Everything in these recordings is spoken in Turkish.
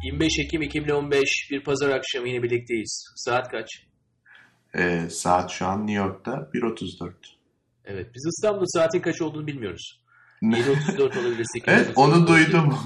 25 Ekim 2015 bir pazar akşamı yine birlikteyiz. Saat kaç? Saat şu an New York'ta 1.34. Evet, biz İstanbul'da saatin kaç olduğunu bilmiyoruz. 7.34 olabilir, 8.34 Evet, onu olabilir. duydum.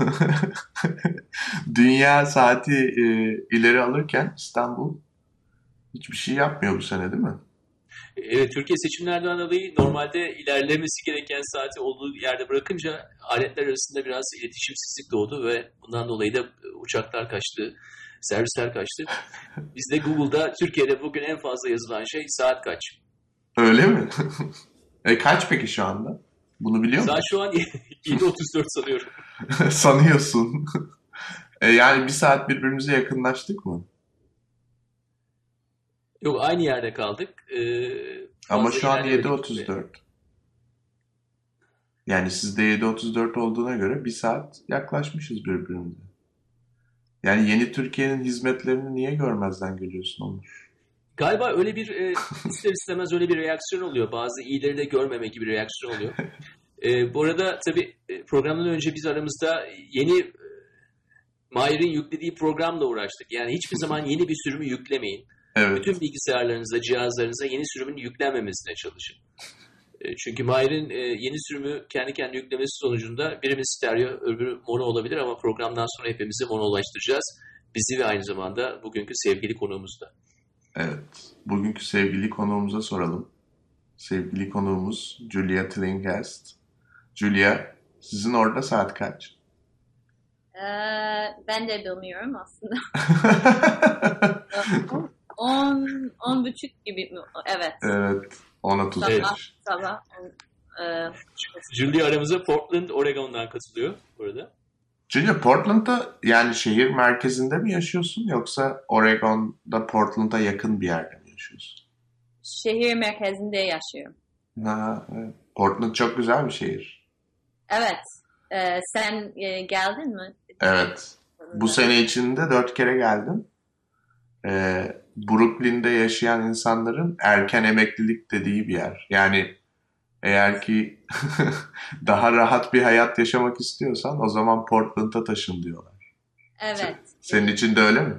Dünya saati ileri alırken İstanbul hiçbir şey yapmıyor bu sene, değil mi? Evet, Türkiye seçimlerden dolayı normalde ilerlemesi gereken saati olduğu yerde bırakınca aletler arasında biraz iletişimsizlik doğdu ve bundan dolayı da uçaklar kaçtı, servisler kaçtı. Biz de Google'da Türkiye'de bugün en fazla yazılan şey saat kaç? Öyle mi? Kaç peki şu anda? Bunu biliyor musun? Saat şu an 7.34 sanıyorum. Sanıyorsun. Yani bir saat birbirimize yakınlaştık mı? Yok, aynı yerde kaldık. Ama Fazla şu an ilerlemedik gibi. 7.34. Yani sizde 7.34 olduğuna göre bir saat yaklaşmışız birbirimize. Yani yeni Türkiye'nin hizmetlerini niye görmezden geliyorsun Onur? Galiba öyle bir ister istemez öyle bir reaksiyon oluyor. Bazı iyileri de görmeme gibi bir reaksiyon oluyor. Bu arada tabii programdan önce biz aramızda yeni Mahir'in yüklediği programla uğraştık. Yani hiçbir zaman yeni bir sürümü yüklemeyin. Evet. Bütün bilgisayarlarınıza, cihazlarınıza yeni sürümün yüklenmemesine çalışın. Çünkü Mahir'in yeni sürümü kendi kendine yüklemesi sonucunda birimiz stereo, öbürü mono olabilir ama programdan sonra hepimizi monolaştıracağız. Bizi ve aynı zamanda bugünkü sevgili konuğumuzu da. Evet. Bugünkü sevgili konuğumuza soralım. Sevgili konuğumuz Julia Tillinghast. Julia, sizin orada saat kaç? Ben de bilmiyorum aslında. 10 buçuk gibi mi? Evet. Evet. 10.35. Sabah. Julia aramıza Portland, Oregon'dan katılıyor burada. Julia, Portland'da yani şehir merkezinde mi yaşıyorsun yoksa Oregon'da Portland'a yakın bir yerde mi yaşıyorsun? Şehir merkezinde yaşıyorum. Evet. Portland çok güzel bir şehir. Evet. Sen geldin mi? Evet. Bu sene içinde 4 kere geldim. Brooklyn'de yaşayan insanların erken emeklilik dediği bir yer. Yani eğer ki daha rahat bir hayat yaşamak istiyorsan o zaman Portland'a taşın diyorlar. Evet. Senin için de öyle mi?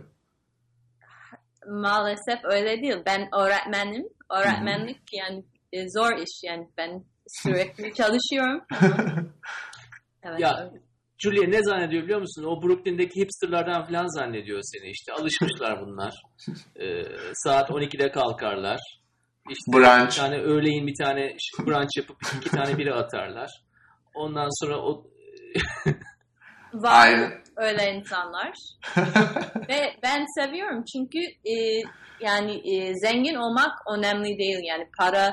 Maalesef öyle değil. Ben öğretmenim. Öğretmenlik yani zor iş. Yani ben sürekli çalışıyorum. Evet. Ya Julia ne zannediyor biliyor musun? O Brooklyn'deki hipsterlardan falan zannediyor seni işte. Alışmışlar bunlar. Saat 12'de kalkarlar. İşte Brunch. bir tane öğleyin bir tane brunch yapıp 2 tane bira atarlar. Ondan sonra o... Var Aynen. öyle insanlar. Ve ben seviyorum çünkü yani zengin olmak önemli değil. Yani para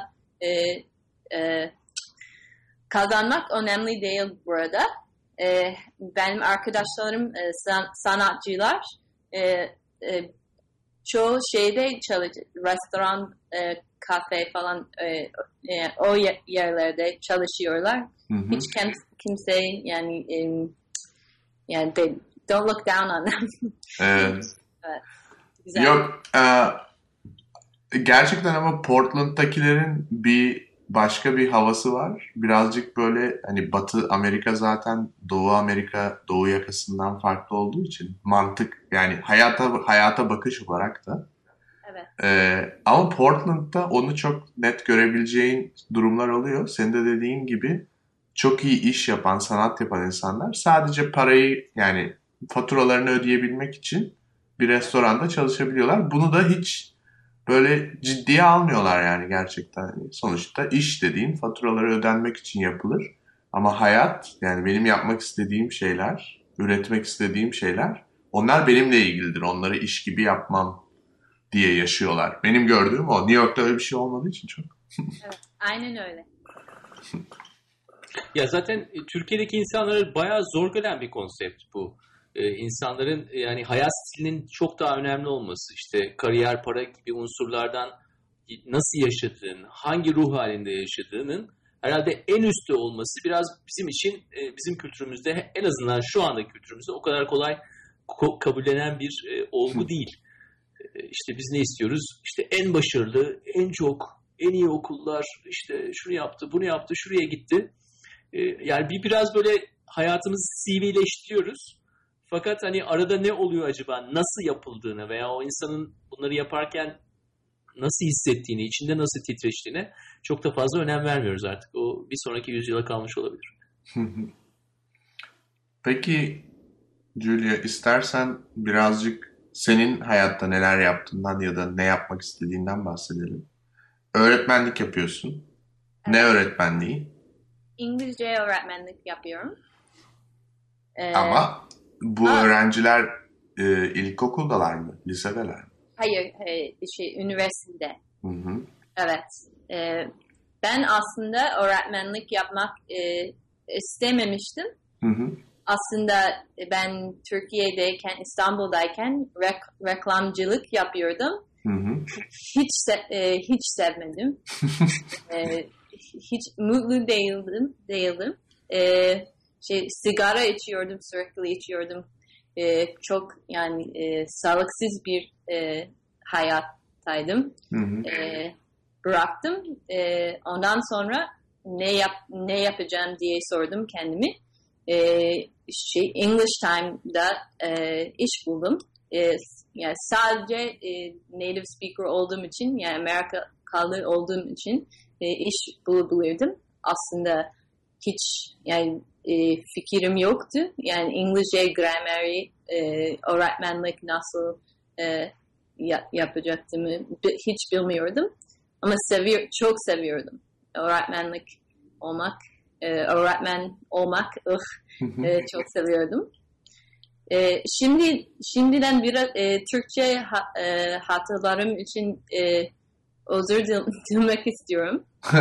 kazanmak önemli değil burada. Benim arkadaşlarım sanatçılar çoğu şeyde çalışıyor. Restoran, kafe falan o yerlerde çalışıyorlar. Hı-hı. Hiç kimse yani they don't look down on them. Evet. Güzel. Yok. Gerçekten ama Portland'dakilerin bir başka bir havası var. Birazcık böyle hani Batı Amerika zaten Doğu Amerika, Doğu yakasından farklı olduğu için mantık yani hayata bakış olarak da. Evet. Ama Portland'da onu çok net görebileceğin durumlar oluyor. Senin de dediğin gibi çok iyi iş yapan, sanat yapan insanlar sadece parayı yani faturalarını ödeyebilmek için bir restoranda çalışabiliyorlar. Bunu da hiç böyle ciddiye almıyorlar yani gerçekten. Sonuçta iş dediğin faturaları ödenmek için yapılır. Ama hayat yani benim yapmak istediğim şeyler, üretmek istediğim şeyler onlar benimle ilgilidir. Onları iş gibi yapmam diye yaşıyorlar. Benim gördüğüm o. New York'ta öyle bir şey olmadığı için çok. Evet, aynen öyle. Ya zaten Türkiye'deki insanları bayağı zor gelen bir konsept bu. İnsanların yani hayat stilinin çok daha önemli olması, işte kariyer, para gibi unsurlardan nasıl yaşadığın, hangi ruh halinde yaşadığının herhalde en üstte olması biraz bizim için, bizim kültürümüzde en azından şu anda kültürümüzde o kadar kolay kabullenen bir olgu değil. İşte biz ne istiyoruz? İşte en başarılı, en çok, en iyi okullar, işte şunu yaptı, bunu yaptı, şuraya gitti. Yani biraz böyle hayatımızı CV'leştiriyoruz. Fakat hani arada ne oluyor acaba? Nasıl yapıldığını veya o insanın bunları yaparken nasıl hissettiğini, içinde nasıl titreştiğine çok da fazla önem vermiyoruz artık. O bir sonraki yüzyıla kalmış olabilir. Peki Julia, istersen birazcık senin hayatta neler yaptığından ya da ne yapmak istediğinden bahsedelim. Öğretmenlik yapıyorsun. Ne öğretmenliği? İngilizce öğretmenlik yapıyorum. Ama bu öğrenciler ilkokuldalar mı? Lisedeler mi? Hayır, üniversitede. Hı. Evet. Ben aslında öğretmenlik yapmak istememiştim. Hı. Aslında ben Türkiye'deyken, İstanbul'dayken reklamcılık yapıyordum. Hı. Hiç sevmedim. Hiç mutlu değildim. Sigara içiyordum, sürekli içiyordum. Çok yani sağlıksız bir hayattaydım. Hı. Bıraktım. Ondan sonra ne yapacağım diye sordum kendimi. English Time'da iş buldum. Yani sadece native speaker olduğum için, yani Amerikalı olduğum için iş bulabilirdim. Aslında hiç yani fikrim yoktu. Yani İngilizce grameri, öğretmenlik nasıl yapacaktımı hiç bilmiyordum. Ama çok seviyordum. Öğretmen olmak çok seviyordum. Şimdiden biraz Türkçe hatırlarım için özür dilemek istiyorum.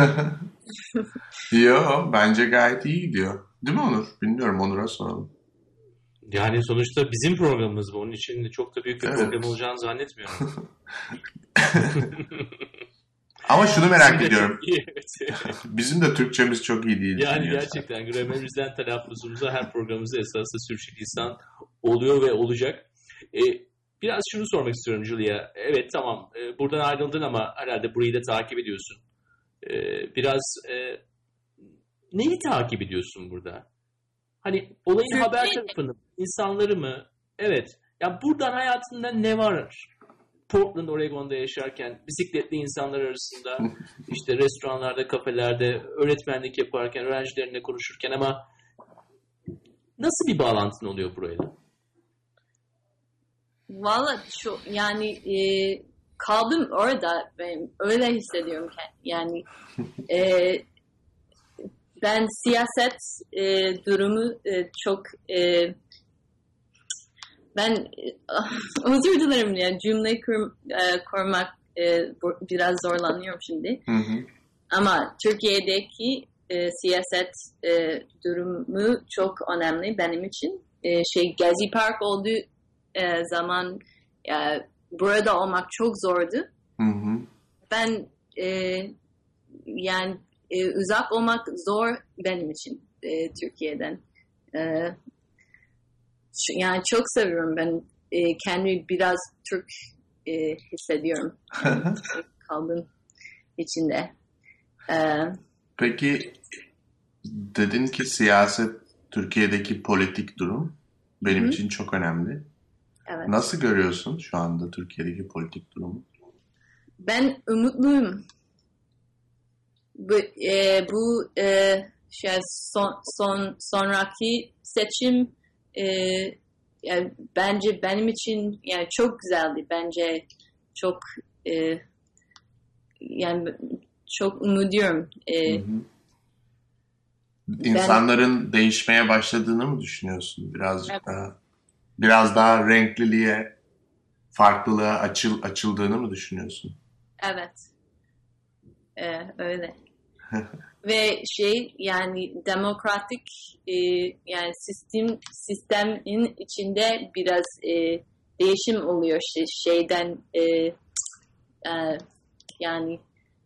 Yo, bence gayet iyi gidiyor. Değil mi Onur? Bilmiyorum, Onur'a soralım. Yani sonuçta bizim programımız bu. Onun için de çok da büyük bir problem olacağını zannetmiyorum. Ama şunu merak ediyorum. Evet. Bizim de Türkçemiz çok iyi değil. Yani gerçekten gramerimizden telaffuzumuza her programımızda esasında sürçülisan oluyor ve olacak. Biraz şunu sormak istiyorum Julia. Evet tamam buradan ayrıldın ama herhalde burayı da takip ediyorsun. Biraz neyi takip ediyorsun burada? Hani olayın haber tarafını, insanları mı? Evet. Ya buradan hayatında ne var? Portland, Oregon'da yaşarken bisikletli insanlar arasında işte restoranlarda, kafelerde öğretmenlik yaparken, öğrencilerinle konuşurken ama nasıl bir bağlantın oluyor burayla? Valla yani kaldım orada, ben öyle hissediyorum yani ben siyaset durumu çok ben özür dilerim ya, cümle kurmak biraz zorlanıyorum şimdi. Hı. Ama Türkiye'deki siyaset durumu çok önemli benim için. Gezi Park olduğu zaman burada olmak çok zordu. Hı. Ben yani uzak olmak zor benim için Türkiye'den. Yani çok seviyorum ben. Kendimi biraz Türk hissediyorum. Kaldım içinde. Peki dedin ki siyaset, Türkiye'deki politik durum benim için çok önemli. Evet. Nasıl görüyorsun şu anda Türkiye'deki politik durumu? Ben umutluyum. Sonraki seçim yani bence benim için yani çok güzeldi. Bence çok yani çok umuduyorum. İnsanların değişmeye başladığını mı düşünüyorsun? Biraz daha renkliliğe, farklılığa açıldığını mı düşünüyorsun? Evet. Öyle. Ve yani demokratik yani sistemin içinde biraz değişim oluyor şeyden yani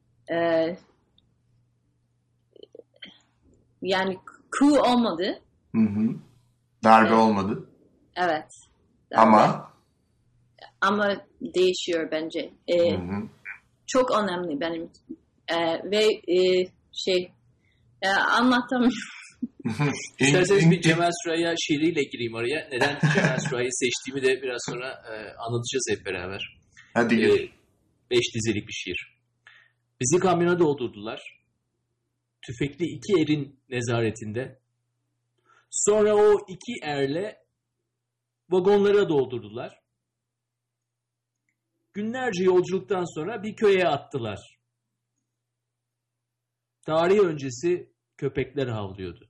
yani coup olmadı. Hı. Darbe olmadı. Evet. Ama değişiyor bence. Çok önemli benim için. Ve anlatamıyorum. İsterseniz bir Cemal Süreyya şiiriyle gireyim araya. Neden Cemal Süreyya'yı seçtiğimi de biraz sonra anlatacağız hep beraber. Hadi gel. 5 dizelik bir şiir. Bizi kamyona doldurdular. Tüfekli 2 erin nezaretinde. Sonra o 2 erle vagonlara doldurdular. Günlerce yolculuktan sonra bir köye attılar. Tarih öncesi köpekler havlıyordu.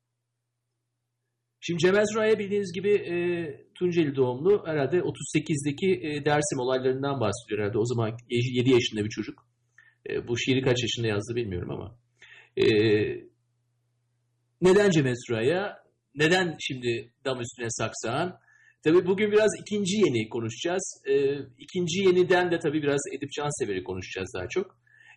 Şimdi Cemal Süreyya bildiğiniz gibi Tunceli doğumlu, herhalde 38'deki Dersim olaylarından bahsediyor herhalde. O zaman 7 yaşında bir çocuk. Bu şiiri kaç yaşında yazdı bilmiyorum ama. Neden Cemal Süreyya? Neden şimdi dam üstüne saksağın? Tabii bugün biraz ikinci yeni konuşacağız. İkinci yeniden de tabii biraz Edip Cansever'i konuşacağız daha çok.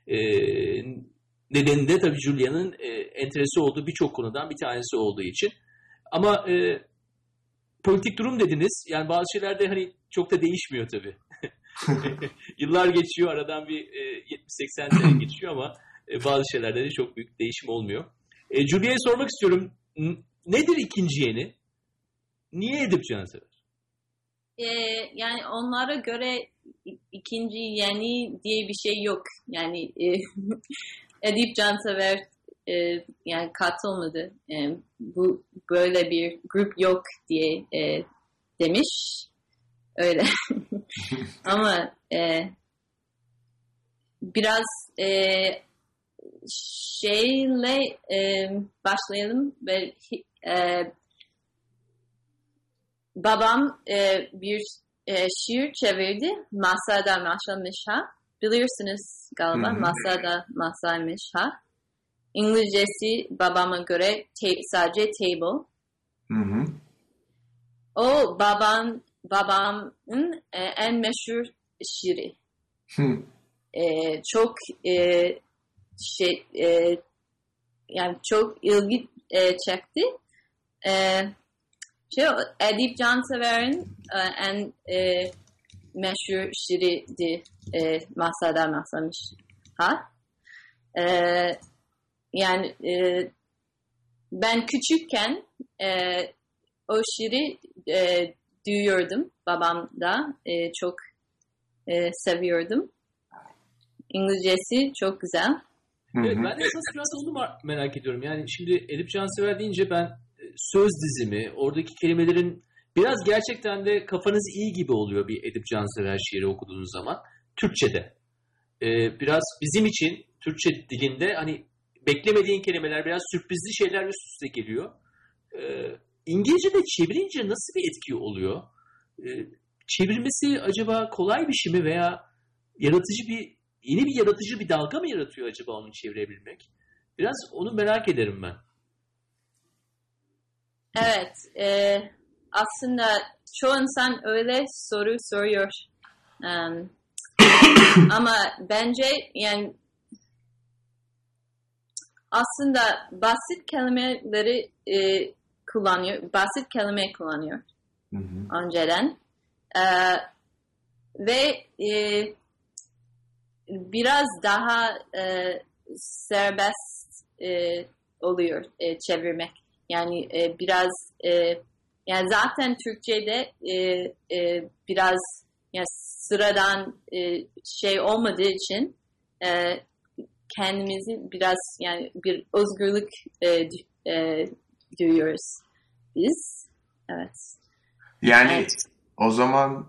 Nedeni de tabii Julia'nın enteresi olduğu birçok konudan bir tanesi olduğu için. Ama politik durum dediniz. Yani bazı şeyler de hani çok da değişmiyor tabii. Yıllar geçiyor, aradan bir 70-80 sene geçiyor ama bazı şeylerde de çok büyük değişim olmuyor. Julia'ya sormak istiyorum. Nedir ikinci yeni? Niye Edip Cansever? Yani onlara göre ikinci yeni diye bir şey yok. Yani Edip Cansever yani katılmadı. Bu böyle bir grup yok diye demiş. Öyle. Ama biraz şeyle başlayalım ve babam bir şiir çevirdi. Masada Maşamış Ha. Bilirsiniz galiba. Masada Maşamış Ha. İngilizcesi babama göre sadece table. Hı. O babamın en meşhur şiiri. Çok yani çok ilgi çekti. Edip Cansever'in en meşhur şiiriydi Masada Maşamış Ha. Yani ben küçükken o şiiri duyuyordum. Babam da çok seviyordum. İngilizcesi çok güzel. Evet, ben de esas biraz onu merak ediyorum. Yani şimdi Edip Cansever deyince ben söz dizimi, oradaki kelimelerin biraz gerçekten de kafanız iyi gibi oluyor bir Edip Cansever şiiri okuduğunuz zaman. Türkçe'de. Biraz bizim için Türkçe dilinde hani beklemediğin kelimeler, biraz sürprizli şeyler üst üste geliyor. İngilizce'de çevirince nasıl bir etki oluyor? Çevirmesi acaba kolay bir şey mi veya yeni bir yaratıcı bir dalga mı yaratıyor acaba onu çevirebilmek? Biraz onu merak ederim ben. Evet. Aslında çoğu insan öyle soru soruyor. Ama bence yani aslında basit kelimeleri kullanıyor. Basit kelime kullanıyor. Önceden. Ve biraz daha serbest oluyor çevirmek. Yani biraz yani zaten Türkçe'de biraz yani sıradan şey olmadığı için kendimizi biraz yani bir özgürlük duyuyoruz biz. Evet. Yani evet. O zaman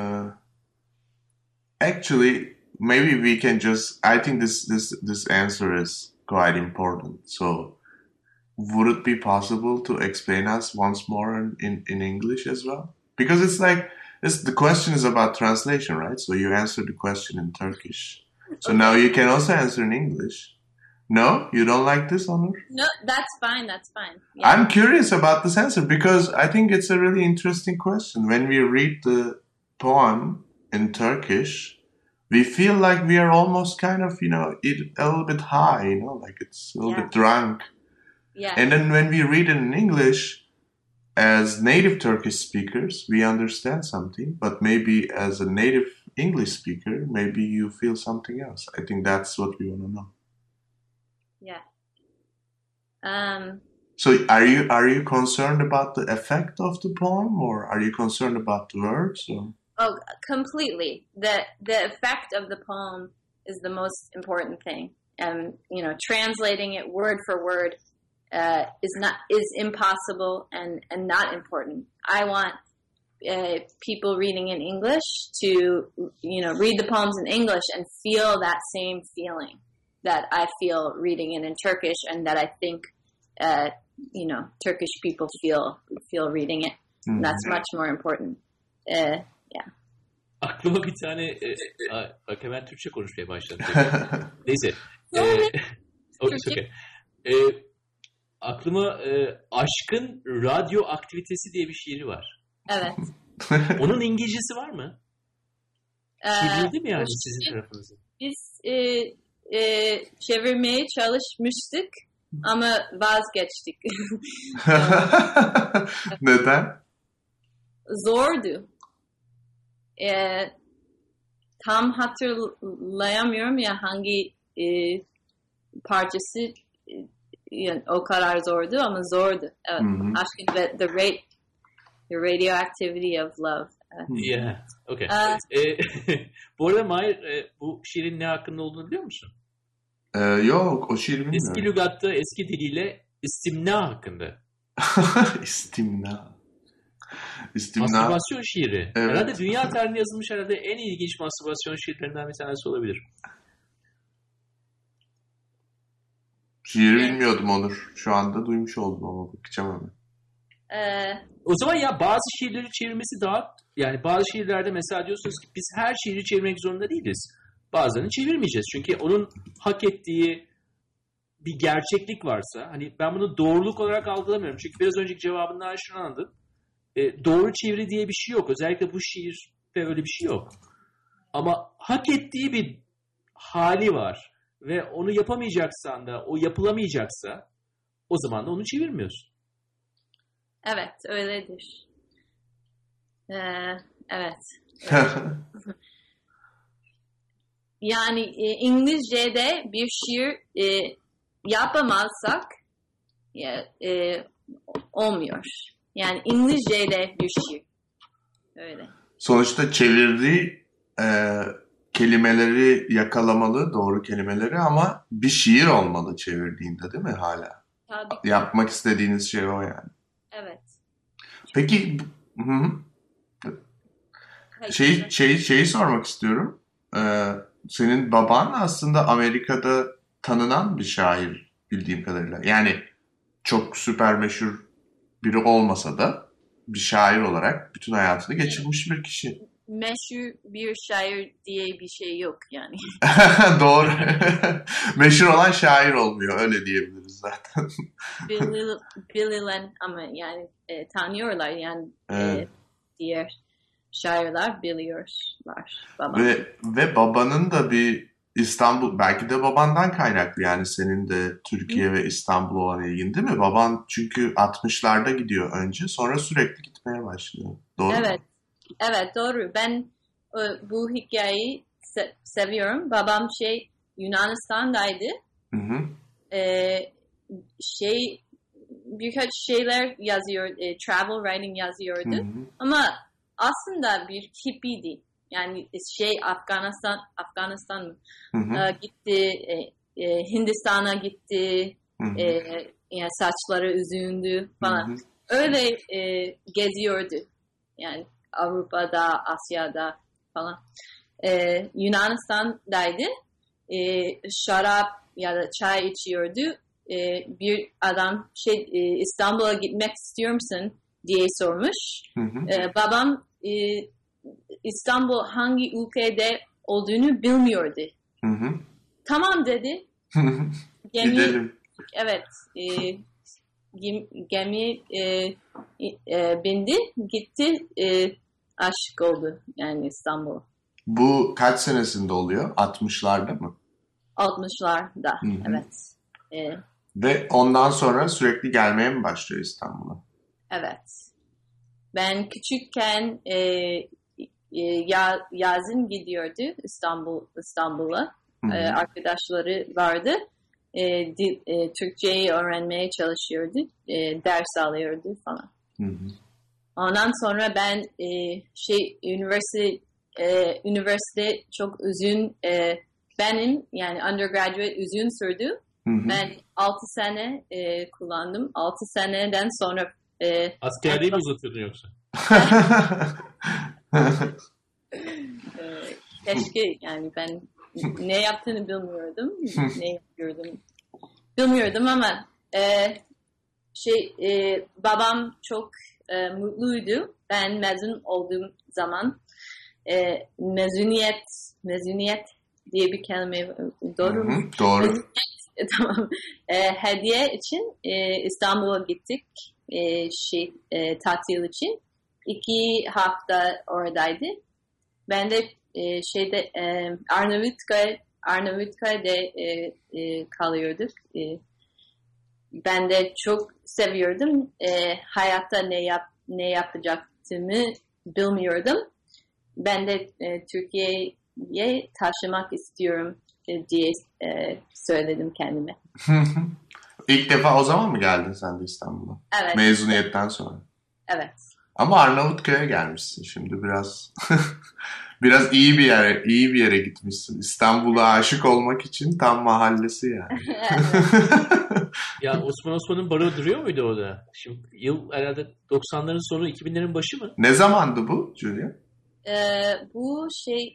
actually maybe we can just I think this answer is quite important. So would it be possible to explain us once more in English as well? Because it's like the question is about translation, right? So you answered the question in Turkish. So okay. Now you can also answer in English. No? You don't like this, Onur? No, that's fine. That's fine. Yeah. I'm curious about this answer because I think it's a really interesting question. When we read the poem in Turkish, we feel like we are almost kind of, a little bit high, like it's a little bit drunk. Yeah. And then when we read it in English, as native Turkish speakers, we understand something, but maybe as a native English speaker, maybe you feel something else. I think that's what we want to know. Yeah. So are you concerned about the effect of the poem, or are you concerned about the words? Or? Oh, completely. The effect of the poem is the most important thing. And translating it word for word is impossible and not important. I want people reading in English to read the poems in English and feel that same feeling that I feel reading it in Turkish, and that I think Turkish people feel reading it. Mm-hmm. That's much more important. Yeah. Aklıma bir tane bak hemen Türkçe konuşmaya başladım. Neyse. Okay. Aklıma Aşkın Radyo Aktivitesi diye bir şiiri var. Evet. Onun İngilizcesi var mı? Çevrildi mi yani sizin tarafınızda? Biz çevirmeye çalışmıştık ama vazgeçtik. Neden? Zordu. Tam hatırlayamıyorum ya hangi parçası o kadar zordu ama zordu. Evet. Aşkın ve the radioactivity of love. Yeah. Okay. Bu arada Mahir, bu şiirin ne hakkında olduğunu biliyor musun? Yok, o şiiri bilmiyorum. Eski lügatta, eski diliyle istimna hakkında. İstimna. Mastürbasyon şiiri. Evet. Herhalde dünya tarihinde yazılmış herhalde en ilginç mastürbasyon şiirlerinden bir tanesi olabilir. Şiiri bilmiyordum Onur. Şu anda duymuş oldum ama bakacağım hemen. O zaman ya bazı şiirleri çevirmesi daha, yani bazı şiirlerde mesela diyorsunuz ki biz her şiiri çevirmek zorunda değiliz. Bazılarını çevirmeyeceğiz. Çünkü onun hak ettiği bir gerçeklik varsa, hani ben bunu doğruluk olarak algılamıyorum. Çünkü biraz önceki cevabından şunu anladım. Doğru çeviri diye bir şey yok. Özellikle bu şiirde öyle bir şey yok. Ama hak ettiği bir hali var. Ve onu yapamayacaksan da, o yapılamayacaksa o zaman da onu çevirmiyorsun. Evet, öyledir. Evet. Yani İngilizce'de bir şiir yapamazsak olmuyor. Yani İngilizce'de bir şiir. Öyle. Sonuçta çevirdiği kelimeleri yakalamalı, doğru kelimeleri, ama bir şiir olmalı çevirdiğinde, değil mi hala? Tabii. Yapmak istediğiniz şey o yani. Evet. Peki şeyi sormak istiyorum. Senin baban aslında Amerika'da tanınan bir şair bildiğim kadarıyla. Yani çok süper meşhur biri olmasa da bir şair olarak bütün hayatını geçirmiş bir kişi. Meşhur bir şair diye bir şey yok yani. Doğru. Meşhur olan şair olmuyor, öyle diyebiliriz zaten. Bilinen ama yani tanıyorlar yani Evet. diğer şairler biliyorlar. Ve babanın da bir İstanbul, belki de babandan kaynaklı yani senin de Türkiye ve İstanbul olan ilgin, değil mi? Baban çünkü 60'larda gidiyor önce, sonra sürekli gitmeye başlıyor. Doğru mu? Evet doğru. Ben bu hikayeyi seviyorum. Babam Yunanistan'daydı. Hı. Birkaç şeyler yazıyor, travel writing yazıyordu. Hı. Ama aslında bir hippiydi. Yani Afganistan mı? Gitti, Hindistan'a gitti, yani saçları uzundu falan. Öyle geziyordu. Yani Avrupa'da, Asya'da falan. Yunanistan'daydı. Şarap ya da çay içiyordu. Bir adam İstanbul'a gitmek istiyor musun diye sormuş. Babam İstanbul hangi ülkede olduğunu bilmiyordu. Tamam dedi. Gidelim. Evet. Gemi bindi, gitti, aşık oldu yani İstanbul. Bu kaç senesinde oluyor? 60'larda mı? 60'larda, evet. Ve ondan sonra sürekli gelmeye mi başlıyor İstanbul'a? Evet. Ben küçükken yazın gidiyordu İstanbul'a. Arkadaşları vardı. Türkçeyi öğrenmeye çalışıyordu. Ders alıyordu falan. Ondan sonra ben üniversite çok uzun benim yani undergraduate uzun sürdü. Ben 6 sene kullandım. 6 seneden sonra askerliği mi uzatıyordun yoksa? Keşke yani ben ne yaptığını bilmiyordum. Ne yapıyordum bilmiyordum ama babam çok mutluydu. Ben mezun olduğum zaman mezuniyet diye bir kelime doğru mu? Doğru. Tamam. Hediye için İstanbul'a gittik tatil için. 2 hafta oradaydı. Ben de Arnavutköy'de kalıyorduk. Ben de çok seviyordum. Hayatta ne yapacaktımı bilmiyordum. Ben de Türkiye'ye taşımak istiyorum diye söyledim kendime. İlk defa o zaman mı geldin sen de İstanbul'a? Evet. Mezuniyetten sonra. Evet. Ama Arnavutköy'e gelmişsin şimdi biraz. Biraz iyi bir yere gitmişsin. İstanbul'a aşık olmak için tam mahallesi yani. Ya Osman'ın baro duruyor muydu orada? Şimdi yıl herhalde 90'ların sonu 2000'lerin başı mı? Ne zamandı bu Julia? Bu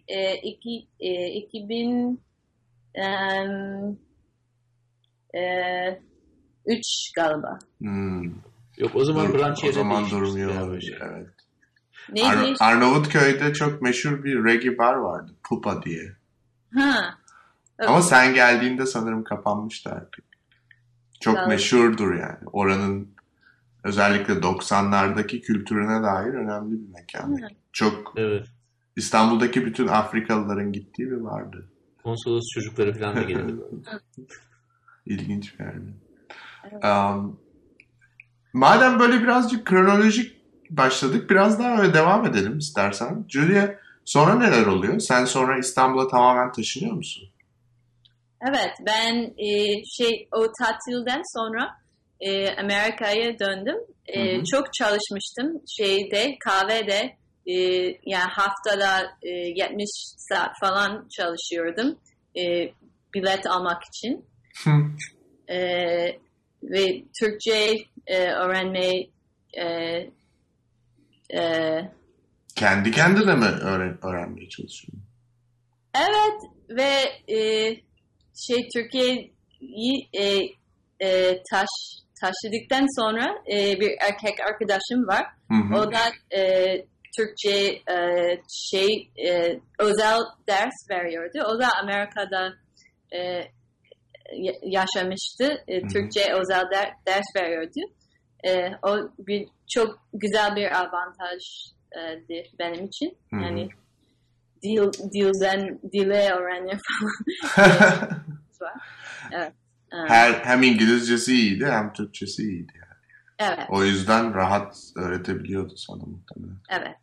2003 galiba. Yok o zaman branş o zaman değişmişti. durmuyor olabilir. Evet. Neydi? Arnavutköy'de çok meşhur bir reggae bar vardı. Pupa diye. Ha. Evet. Ama sen geldiğinde sanırım kapanmıştı artık. Çok Galiba. meşhurdur yani. Oranın özellikle 90'lardaki kültürüne dair önemli bir mekan. Çok İstanbul'daki bütün Afrikalıların gittiği bir vardı. Konsolos çocukları falan da gelirdi. İlginç bir yerdi. Evet. Madem böyle birazcık kronolojik başladık, biraz daha öyle devam edelim istersen. Julia, sonra neler oluyor? Sen sonra İstanbul'a tamamen taşınıyor musun? Evet, ben o tatilden sonra Amerika'ya döndüm. Çok çalışmıştım. Kahvede yani haftada 70 saat falan çalışıyordum. Bilet almak için. Ve Türkçe öğrenmeyi kendi kendine mi öğrenmeye çalışıyorsun? Evet ve Türkiye'yi taşıdıktan sonra bir erkek arkadaşım var. O da Türkçe özel ders veriyordu. O da Amerika'da yaşamıştı. Türkçe özel ders veriyordu. O çok güzel bir avantajdı benim için. Yani dilden dile öğrenme falan. Evet. Hem İngilizcesi iyiydi hem Türkçesi iyiydi yani. Evet. O yüzden rahat öğretebiliyordu sana muhtemelen. Evet.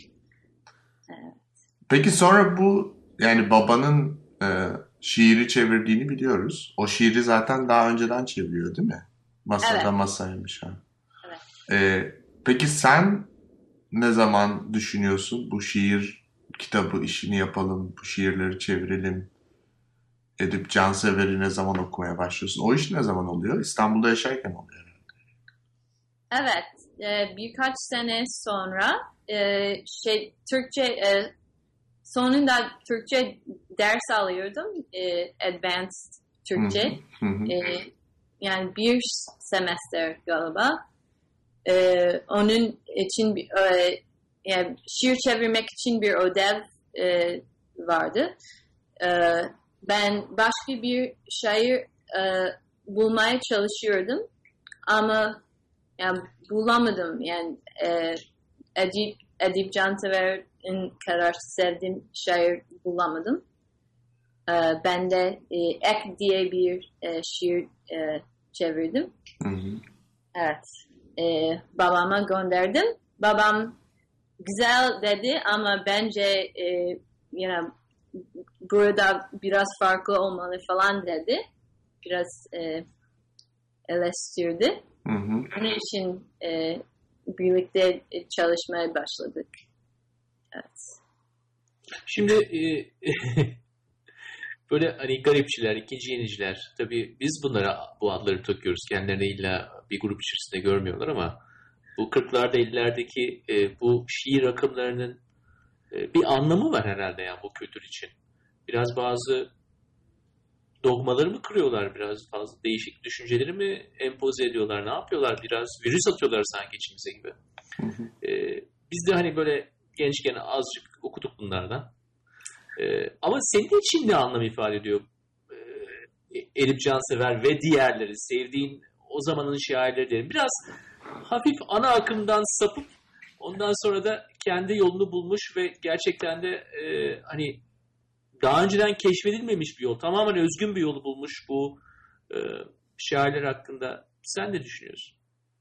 Peki sonra bu yani babanın şiiri çevirdiğini biliyoruz. O şiiri zaten daha önceden çeviriyor değil mi? Masada masaymış ha. Evet. Peki sen ne zaman düşünüyorsun bu şiir kitabı işini yapalım, bu şiirleri çevirelim? Edip Cansever'i ne zaman okumaya başlıyorsun? O iş ne zaman oluyor? İstanbul'da yaşarken oluyor herhalde. Evet. Birkaç sene sonra Türkçe sonunda Türkçe ders alıyordum. Advanced Türkçe. Yani bir semester galiba. Onun için yani şiir çevirmek için bir ödev vardı. Ben başka bir şair bulmaya çalışıyordum ama yani bulamadım. Yani Edip Cansever'in kadar sevdiğim şair bulamadım. Ben de Ek diye bir şiir çevirdim. Evet. Babama gönderdim. Babam güzel dedi ama bence burada biraz farklı olmalı falan dedi. biraz eleştirdi. Hı hı. Bunun için birlikte çalışmaya başladık. Evet. Şimdi böyle hani garipçiler, ikinci yeniciler, tabii biz bunlara bu adları takıyoruz. Kendilerini illa bir grup içerisinde görmüyorlar ama bu 40'larda 50'lerdeki bu şiir akımlarının bir anlamı var herhalde yani bu kültür için. Biraz bazı dogmaları mı kırıyorlar, biraz fazla değişik düşünceleri mi empoze ediyorlar, ne yapıyorlar? Biraz virüs atıyorlar sanki içimize gibi. Biz de hani böyle gençken azıcık okuduk bunlardan. Ama senin için ne anlam ifade ediyor? Edip Cansever ve diğerleri, sevdiğin o zamanın şairleri diyelim. Biraz hafif ana akımdan sapıp ondan sonra da kendi yolunu bulmuş ve gerçekten de hani daha önceden keşfedilmemiş bir yol, tamamen özgün bir yolu bulmuş bu şairler hakkında. Sen ne düşünüyorsun?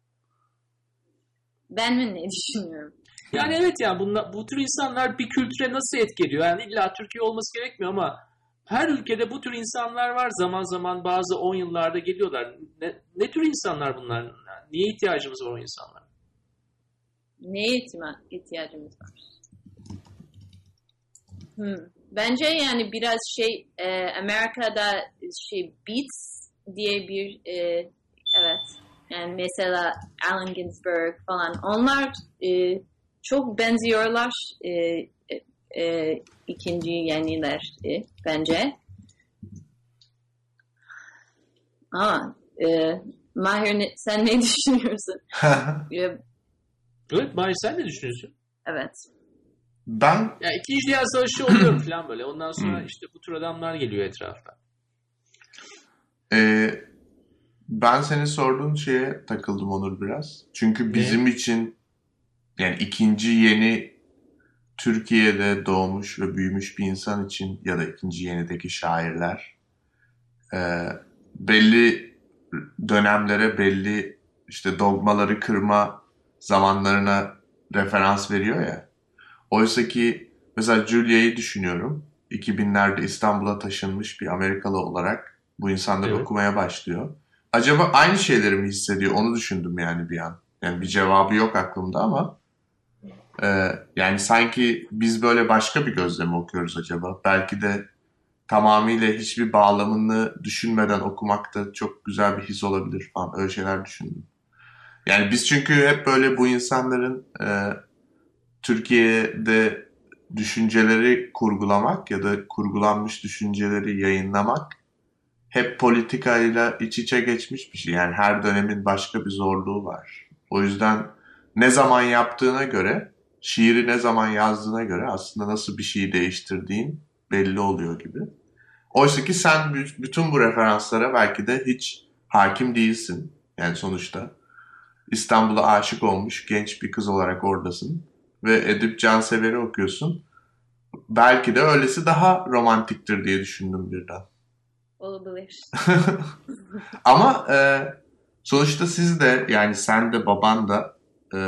Ben mi ne düşünüyorum? Yani evet yani bu tür insanlar bir kültüre nasıl etki ediyor? Yani illa Türkiye olması gerekmiyor ama her ülkede bu tür insanlar var. Zaman zaman bazı 10 yıllarda geliyorlar. Ne tür insanlar bunlar? Niye ihtiyacımız var o insanlara? Neye ihtiyacımız var? Bence yani biraz Amerika'da Beats diye bir evet yani mesela Allen Ginsberg falan onlar çok benziyorlar ikinci yeniler bence. Mahir sen ne düşünüyorsun? Evet Mahir sen ne düşünüyorsun? Evet. Ben ya İkinci Dünya Savaşı oluyor falan böyle. Ondan sonra işte bu tür adamlar geliyor etrafa. Ben senin sorduğun şeye takıldım Onur biraz. Çünkü bizim için yani ikinci yeni Türkiye'de doğmuş ve büyümüş bir insan için ya da ikinci yenideki şairler belli dönemlere belli işte dogmaları kırma zamanlarına referans veriyor ya. Oysa ki mesela Julia'yı düşünüyorum. 2000'lerde İstanbul'a taşınmış bir Amerikalı olarak bu insanlar okumaya başlıyor. Acaba aynı şeyleri mi hissediyor? Onu düşündüm yani bir an. Yani bir cevabı yok aklımda ama yani sanki biz böyle başka bir gözle mi okuyoruz acaba? Belki de tamamıyla hiçbir bağlamını düşünmeden okumak da çok güzel bir his olabilir falan. Öyle şeyler düşündüm. Yani biz çünkü hep böyle bu insanların Türkiye'de düşünceleri kurgulamak ya da kurgulanmış düşünceleri yayınlamak hep politikayla iç içe geçmiş bir şey. Yani her dönemin başka bir zorluğu var. O yüzden ne zaman yaptığına göre, şiiri ne zaman yazdığına göre aslında nasıl bir şeyi değiştirdiğin belli oluyor gibi. Oysa ki sen bütün bu referanslara belki de hiç hakim değilsin. Yani sonuçta İstanbul'a aşık olmuş genç bir kız olarak oradasın ve Edip Cansever'i okuyorsun. Belki de öylesi daha romantiktir diye düşündüm birden. Olabilir. Ama sonuçta siz de yani sen de baban da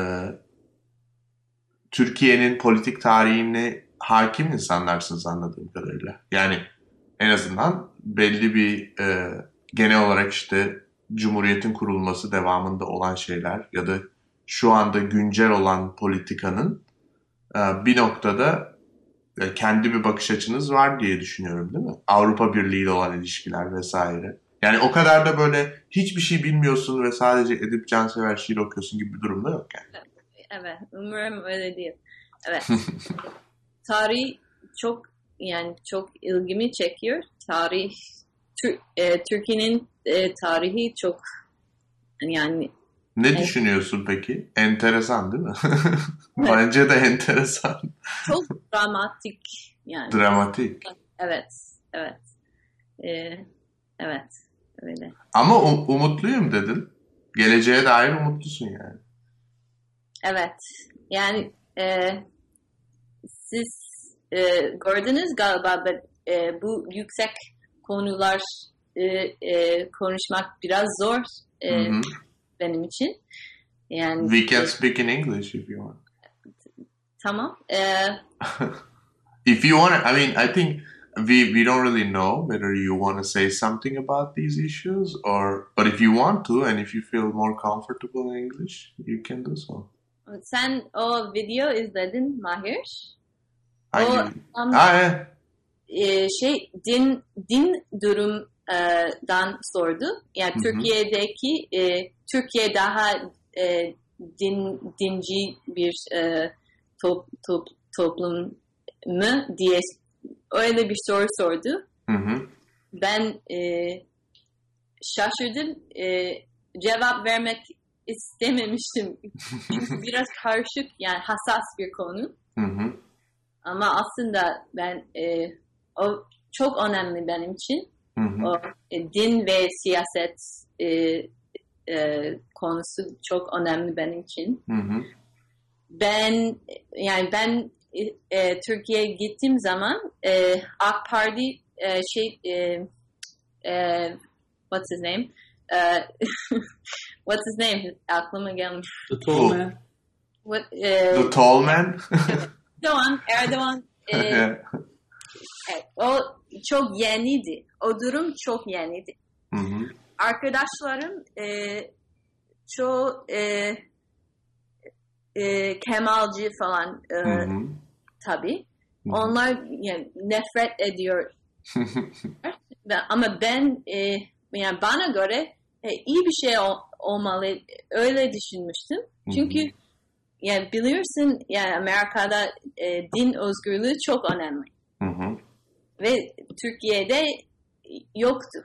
Türkiye'nin politik tarihine hakim insanlarsınız anladığım kadarıyla. Yani en azından belli bir genel olarak işte Cumhuriyet'in kurulması devamında olan şeyler ya da şu anda güncel olan politikanın bir noktada kendi bir bakış açınız var diye düşünüyorum değil mi? Avrupa Birliği ile olan ilişkiler vesaire. Yani o kadar da böyle hiçbir şey bilmiyorsun ve sadece Edip Cansever şiir okuyorsun gibi bir durumda yok yani. Evet, umarım öyle değil. Evet. Tarih çok ilgimi çekiyor. Türkiye'nin tarihi çok yani. Ne düşünüyorsun peki? Enteresan değil mi? Bence de enteresan. Çok dramatik yani. Dramatik. Evet. Evet. Öyle. Ama umutluyum dedin. Geleceğe dair umutlusun yani. Evet. Yani siz gördünüz galiba bu yüksek konular konuşmak biraz zor benim için. Yani we can speak in English if you want. Tamam. If you want, I mean, I think we don't really know whether you want to say something about these issues, but if you want to and if you feel more comfortable in English, you can do so. Sen o video izledin Mahir. Hangi? Din durumdan sordu. Yani Türkiye daha dinci bir toplum mu diye öyle bir soru sordu. Ben şaşırdım. Cevap vermek istememiştim. Çünkü biraz karışık, yani hassas bir konu. Ama aslında ben o çok önemli benim için. O din ve siyaset konusu çok önemli benim için. Ben Türkiye'ye gittiğim zaman AK Parti what's his name? What's his name? Aklıma gelmiş. The Tall Man. The Tall Man? Erdoğan. Evet, o çok yeniydi. O durum çok yeniydi. Arkadaşlarım çoğu Kemalci falan tabii. Onlar yani nefret ediyor. Ama ben yani bana göre iyi bir şey olmalı, öyle düşünmüştüm. Çünkü yani biliyorsun, yani Amerika'da din özgürlüğü çok önemli. Ve Türkiye'de yoktu.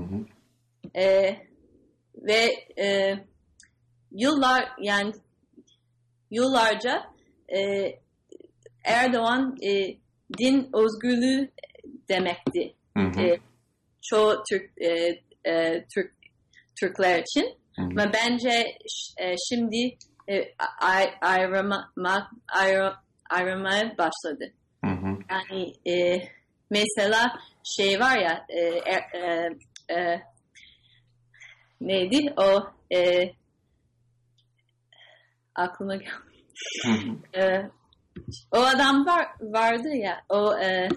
Ve yıllarca Erdoğan din özgürlüğü demekti. Çoğu Türkler için. Ama bence şimdi ayrılmaya başladı. Yani mesela şey var ya, neydi o, aklıma geldi. O adam vardı ya, o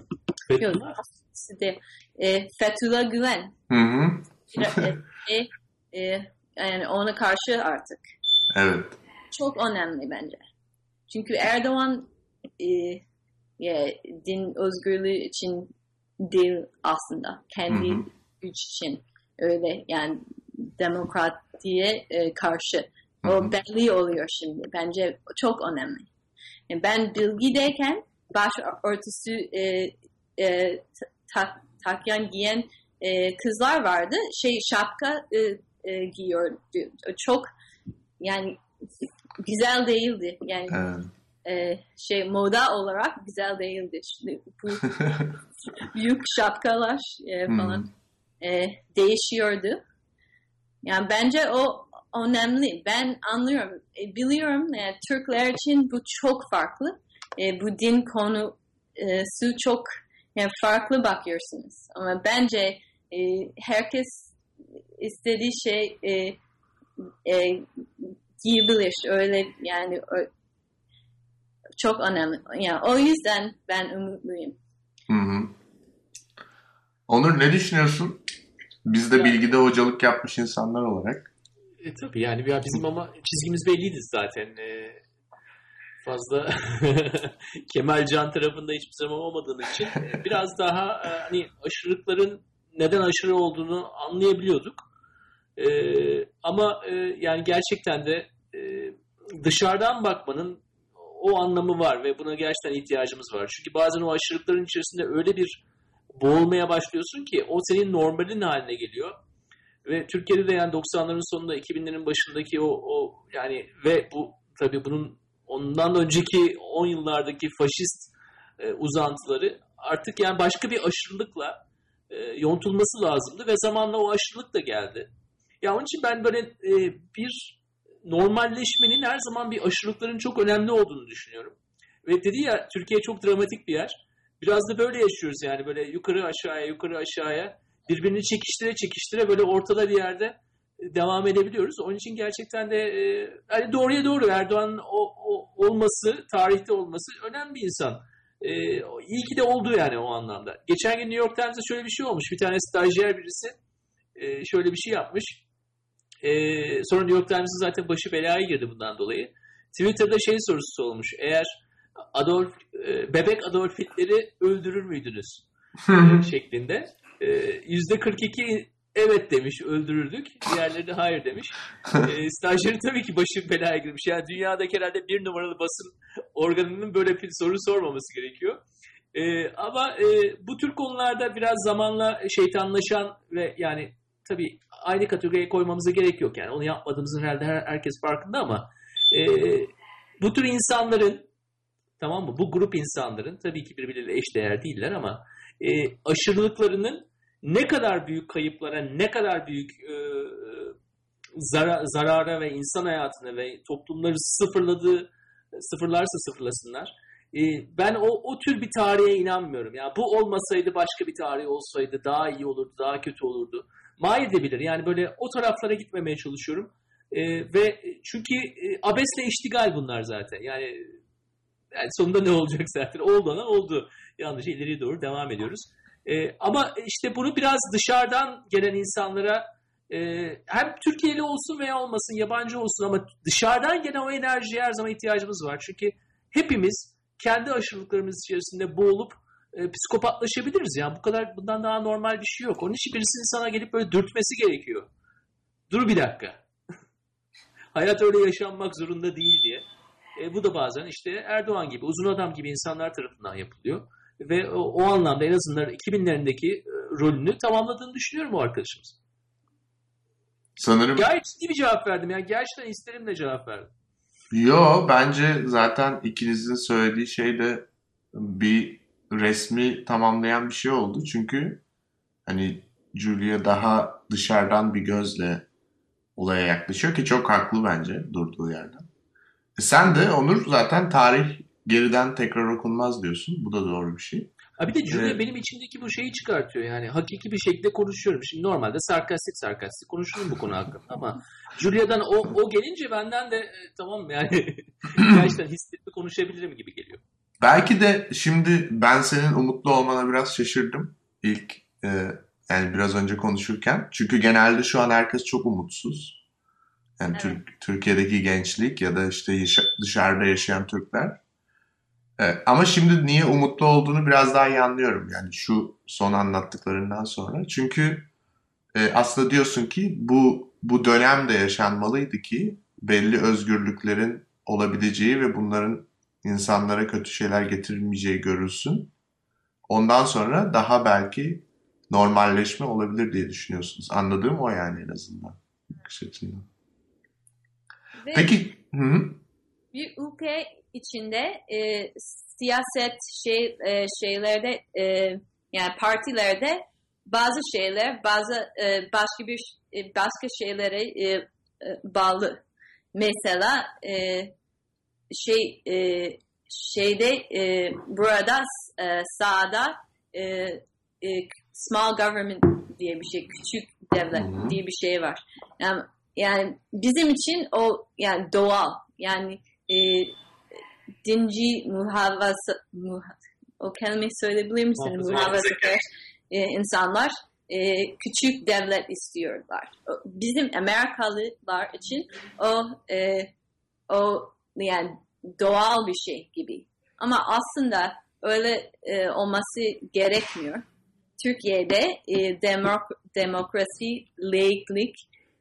Fethullah Gülen. Yani ona karşı artık. Evet. Çok önemli bence. Çünkü Erdoğan din özgürlüğü için değil aslında. Kendi güç için. Öyle yani demokrasiye karşı. O belli oluyor şimdi. Bence çok önemli. Yani ben bilgideyken başörtüsü giyen kızlar vardı. Şapka giyiyordu. Çok yani güzel değildi. Yani moda olarak güzel değildi. Şimdi bu büyük şapkalar falan değişiyordu. Yani bence o önemli. Ben anlıyorum. Biliyorum Türkler için bu çok farklı. Bu din konusu çok farklı bakıyorsunuz. Ama bence herkes istediği şey giyebilir. Öyle yani çok önemli. Yani o yüzden ben umutluyum. Onur, ne düşünüyorsun? Biz de bilgide hocalık yapmış insanlar olarak. Tabii yani bizim ama çizgimiz belliydi zaten. Fazla Kemal Can tarafında hiçbir zaman olmadığımız için biraz daha hani aşırılıkların neden aşırı olduğunu anlayabiliyorduk. Ama yani gerçekten de dışarıdan bakmanın o anlamı var ve buna gerçekten ihtiyacımız var. Çünkü bazen o aşırılıkların içerisinde öyle bir boğulmaya başlıyorsun ki o senin normalin haline geliyor. Ve Türkiye'de de yani 90'ların sonunda 2000'lerin başındaki o yani ve bu tabii bunun ondan da önceki 10 yıllardaki faşist uzantıları artık yani başka bir aşırılıkla yontulması lazımdı ve zamanla o aşırılık da geldi. Ya onun için ben böyle bir normalleşmenin her zaman bir aşırılıkların çok önemli olduğunu düşünüyorum. Ve dedi ya, Türkiye çok dramatik bir yer. Biraz da böyle yaşıyoruz yani, böyle yukarı aşağıya birbirini çekiştire böyle ortada bir yerde devam edebiliyoruz. Onun için gerçekten de hani doğruya doğru Erdoğan'ın olması, tarihte olması önemli bir insan. İyi ki de oldu yani o anlamda. Geçen gün New York Times'da şöyle bir şey olmuş. Bir tane stajyer birisi şöyle bir şey yapmış. Sonra New York Times'ın zaten başı belaya girdi bundan dolayı. Twitter'da şey sorusu olmuş. Eğer bebek Adolf Hitler'i öldürür müydünüz? Şeklinde. %42 evet demiş, öldürürdük. Diğerleri de hayır demiş. Stajyeri tabii ki başı belaya girmiş. Yani dünyadaki herhalde bir numaralı basın organının böyle bir soru sormaması gerekiyor. Ama bu tür konularda biraz zamanla şeytanlaşan ve yani tabii aynı kategoriye koymamıza gerek yok. Yani onu yapmadığımızın herhalde herkes farkında ama bu tür insanların, tamam mı? Bu grup insanların tabii ki birbirleriyle eşdeğer değiller ama aşırılıklarının ne kadar büyük kayıplara, ne kadar büyük zarara ve insan hayatına ve toplumları sıfırlarsa sıfırlasınlar. Ben o tür bir tarihe inanmıyorum. Yani bu olmasaydı başka bir tarih olsaydı daha iyi olurdu, daha kötü olurdu. Mahir de bilir. Yani böyle o taraflara gitmemeye çalışıyorum. Ve çünkü abesle iştigal bunlar zaten. Yani sonunda ne olacak zaten? Oldu lan oldu. Yalnızca ileriye doğru devam ediyoruz. Ama işte bunu biraz dışarıdan gelen insanlara hem Türkiye'li olsun veya olmasın, yabancı olsun ama dışarıdan gelen o enerjiye her zaman ihtiyacımız var. Çünkü hepimiz kendi aşırılıklarımız içerisinde boğulup psikopatlaşabiliriz. Yani bundan daha normal bir şey yok. Onun için birisinin sana gelip böyle dürtmesi gerekiyor. Dur bir dakika. Hayat öyle yaşanmak zorunda değil diye. Bu da bazen işte Erdoğan gibi, uzun adam gibi insanlar tarafından yapılıyor. Ve o anlamda en azından 2000'lerindeki rolünü tamamladığını düşünüyorum o arkadaşımız. Sanırım... Gayet ciddi bir cevap verdim. Yani gerçekten isterimle cevap verdim. Yo, bence zaten ikinizin söylediği şey de bir resmi tamamlayan bir şey oldu. Çünkü hani Julia daha dışarıdan bir gözle olaya yaklaşıyor ki çok haklı bence durduğu yerden. Sen de Onur zaten tarih geriden tekrar okunmaz diyorsun. Bu da doğru bir şey. Bir de Julia benim içimdeki bu şeyi çıkartıyor. Yani hakiki bir şekilde konuşuyorum. Şimdi normalde sarkastik konuşurum bu konu hakkında ama Julia'dan o gelince benden de tamam yani gerçekten hissetli konuşabilirim gibi geliyor. Belki de şimdi ben senin umutlu olmana biraz şaşırdım ilk yani biraz önce konuşurken. Çünkü genelde şu an herkes çok umutsuz. Yani evet. Türkiye'deki gençlik ya da işte dışarıda yaşayan Türkler. Evet, ama şimdi niye umutlu olduğunu biraz daha iyi anlıyorum. Yani şu son anlattıklarından sonra. Çünkü aslında diyorsun ki bu dönemde yaşanmalıydı ki belli özgürlüklerin olabileceği ve bunların insanlara kötü şeyler getirilmeyeceği görülsün. Ondan sonra daha belki normalleşme olabilir diye düşünüyorsunuz. Anladığım o yani en azından. Peki. Bir ülke içinde siyaset şeylerde yani partilerde bazı şeyler başka şeylere bağlı. Mesela burada sağda small government diye bir şey, küçük devlet diye bir şey var. Yani bizim için o yani doğal yani dinci o kelimeyi söyleyebilir misin? Muhafazakar insanlar küçük devlet istiyorlar. Bizim Amerikalılar için o yani doğal bir şey gibi. Ama aslında öyle olması gerekmiyor. Türkiye'de demokrasi, laiklik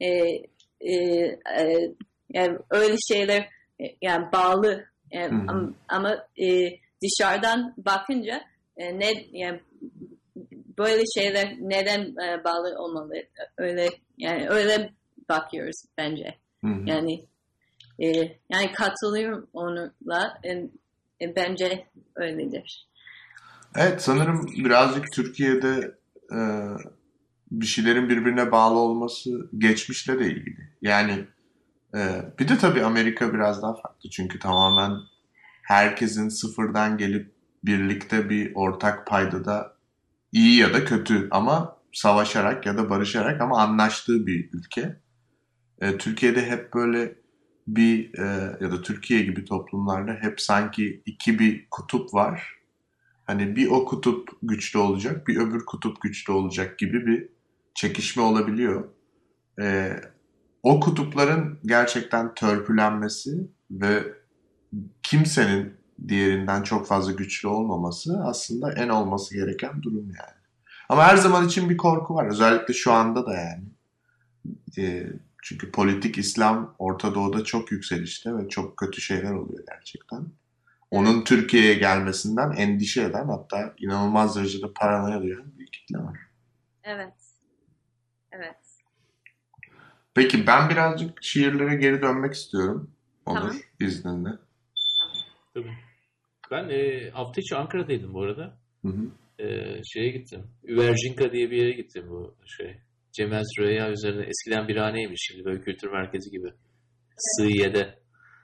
yani öyle şeyler yani bağlı ama dışarıdan bakınca yani böyle şeyler neden bağlı olmalı öyle bakıyoruz bence. Yani katılıyorum onunla bence öyledir. Evet, sanırım birazcık Türkiye'de bir şeylerin birbirine bağlı olması geçmişle de ilgili. Yani bir de tabii Amerika biraz daha farklı. Çünkü tamamen herkesin sıfırdan gelip birlikte bir ortak paydada iyi ya da kötü ama savaşarak ya da barışarak ama anlaştığı bir ülke. Türkiye'de hep böyle ya da Türkiye gibi toplumlarda hep sanki iki bir kutup var. Hani bir o kutup güçlü olacak, bir öbür kutup güçlü olacak gibi bir çekişme olabiliyor. O kutupların gerçekten törpülenmesi ve kimsenin diğerinden çok fazla güçlü olmaması aslında en olması gereken durum yani. Ama her zaman için bir korku var. Özellikle şu anda da yani. Çünkü politik İslam Orta Doğu'da çok yükselişte ve çok kötü şeyler oluyor gerçekten. Onun Türkiye'ye gelmesinden endişe eden, hatta inanılmaz derecede paranoya duyan bir kitle var. Evet. Evet. Peki ben birazcık şiirlere geri dönmek istiyorum. Onur, Tamam. izninle. Tabii. Ben hafta içi Ankara'daydım bu arada. Hı hı. Şeye gittim. Üvercinka diye bir yere gittim bu şey. Cemel Süreyya üzerine eskiden birhaneymiş, şimdi böyle kültür merkezi gibi. Sığıye'de.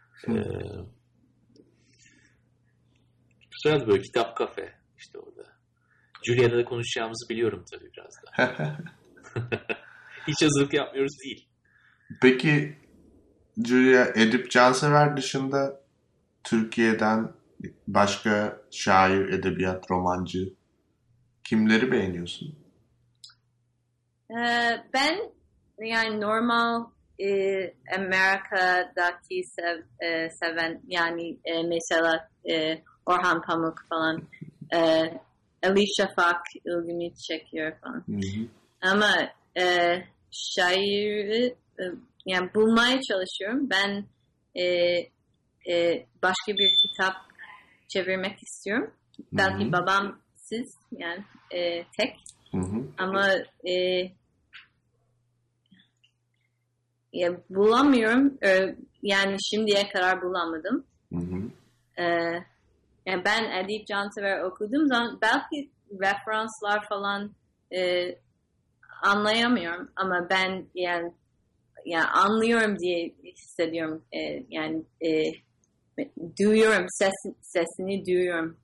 Güzeldi, böyle kitap kafe işte orada. Julia'da da konuşacağımızı biliyorum tabii biraz da. Hiç hazırlık yapmıyoruz değil. Peki Julia, Edip Cansever dışında Türkiye'den başka şair, edebiyat, romancı kimleri beğeniyorsun? Ben yani normal Amerika'daki seven yani mesela Orhan Pamuk falan, Ali Şafak ilgimi çekiyor falan. Hı-hı. Ama şairi yani bulmaya çalışıyorum. Ben başka bir kitap çevirmek istiyorum. Hı-hı. Belki babam siz yani tek. Hı-hı. Ama ya bulamıyorum. Yani şimdiye kadar bulamadım. Yani ben Edip Cansever okuduğum zaman belki referanslar falan anlayamıyorum. Ama ben yani anlıyorum diye hissediyorum. Yani duyuyorum, sesini duyuyorum.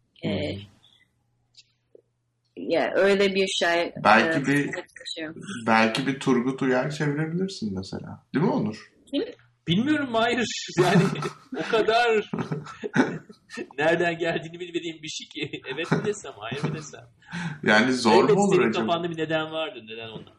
Ya öyle bir şey. Belki bir Turgut Uyar çevirebilirsin mesela. Değil mi Onur? Kim? Bilmiyorum, hayır. Yani o kadar nereden geldiğini bilmediğim bir şey ki. Evet mi desem, hayır mı desem. Yani zor mu olur acaba? Senin kafanda bir neden vardı. Neden ondan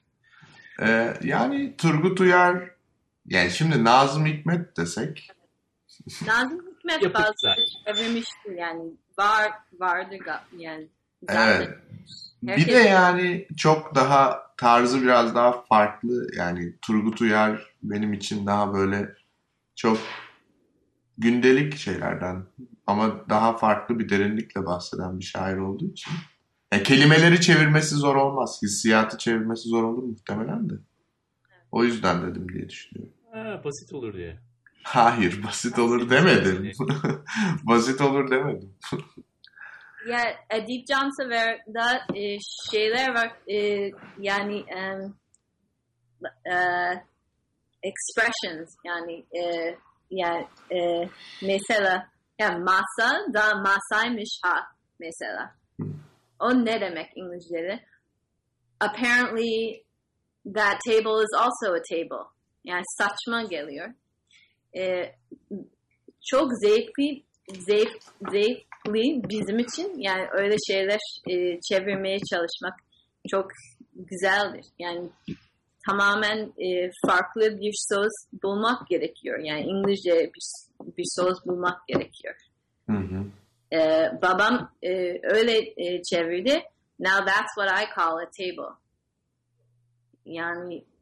yani Turgut Uyar, yani şimdi Nazım Hikmet desek. Nazım Hikmet fazla çevirmiştir yani. Vardı yani. Evet. Bir de yani çok daha tarzı biraz daha farklı. Yani Turgut Uyar benim için daha böyle çok gündelik şeylerden ama daha farklı bir derinlikle bahseden bir şair olduğu için. Yani kelimeleri çevirmesi zor olmaz. Hissiyatı çevirmesi zor olur muhtemelen de. O yüzden dedim diye düşünüyorum. Basit olur diye. Hayır, basit olur demedim. Basit olur demedim. Ya Edip Cansever'da şeyler var yani expressions yani mesela yani masa da masaymış ha mesela. O ne demek İngilizce'de? Apparently that table is also a table. Yani saçma geliyor. Çok zevkli bizim için, yani öyle şeyler çevirmeye çalışmak çok güzeldir. Yani tamamen farklı bir söz bulmak gerekiyor. Yani İngilizce bir söz bulmak gerekiyor. Babam öyle çevirdi. Now that's what I call a table. Yani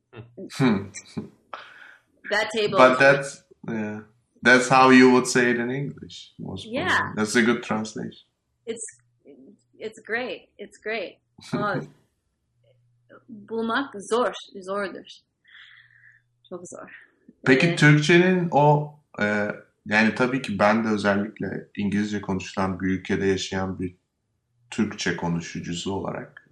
that table. But that's how you would say it in English. Yeah. That's a good translation. It's great. It's great. Ama bulmak zordur. Çok zor. Peki Türkçenin o yani tabii ki ben de özellikle İngilizce konuşulan bir ülkede yaşayan bir Türkçe konuşucusu olarak